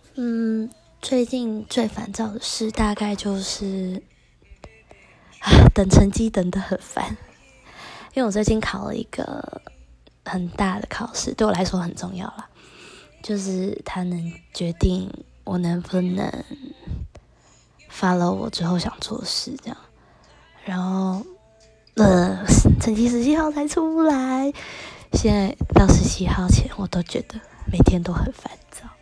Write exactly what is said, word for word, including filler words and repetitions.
嗯，最近最烦躁的事大概就是啊，等成绩等得很烦。因为我最近考了一个很大的考试，对我来说很重要啦，就是它能决定我能不能 follow 我之后想做的事这样。然后呃，成绩十七号才出来，现在到十七号前我都觉得每天都很烦躁。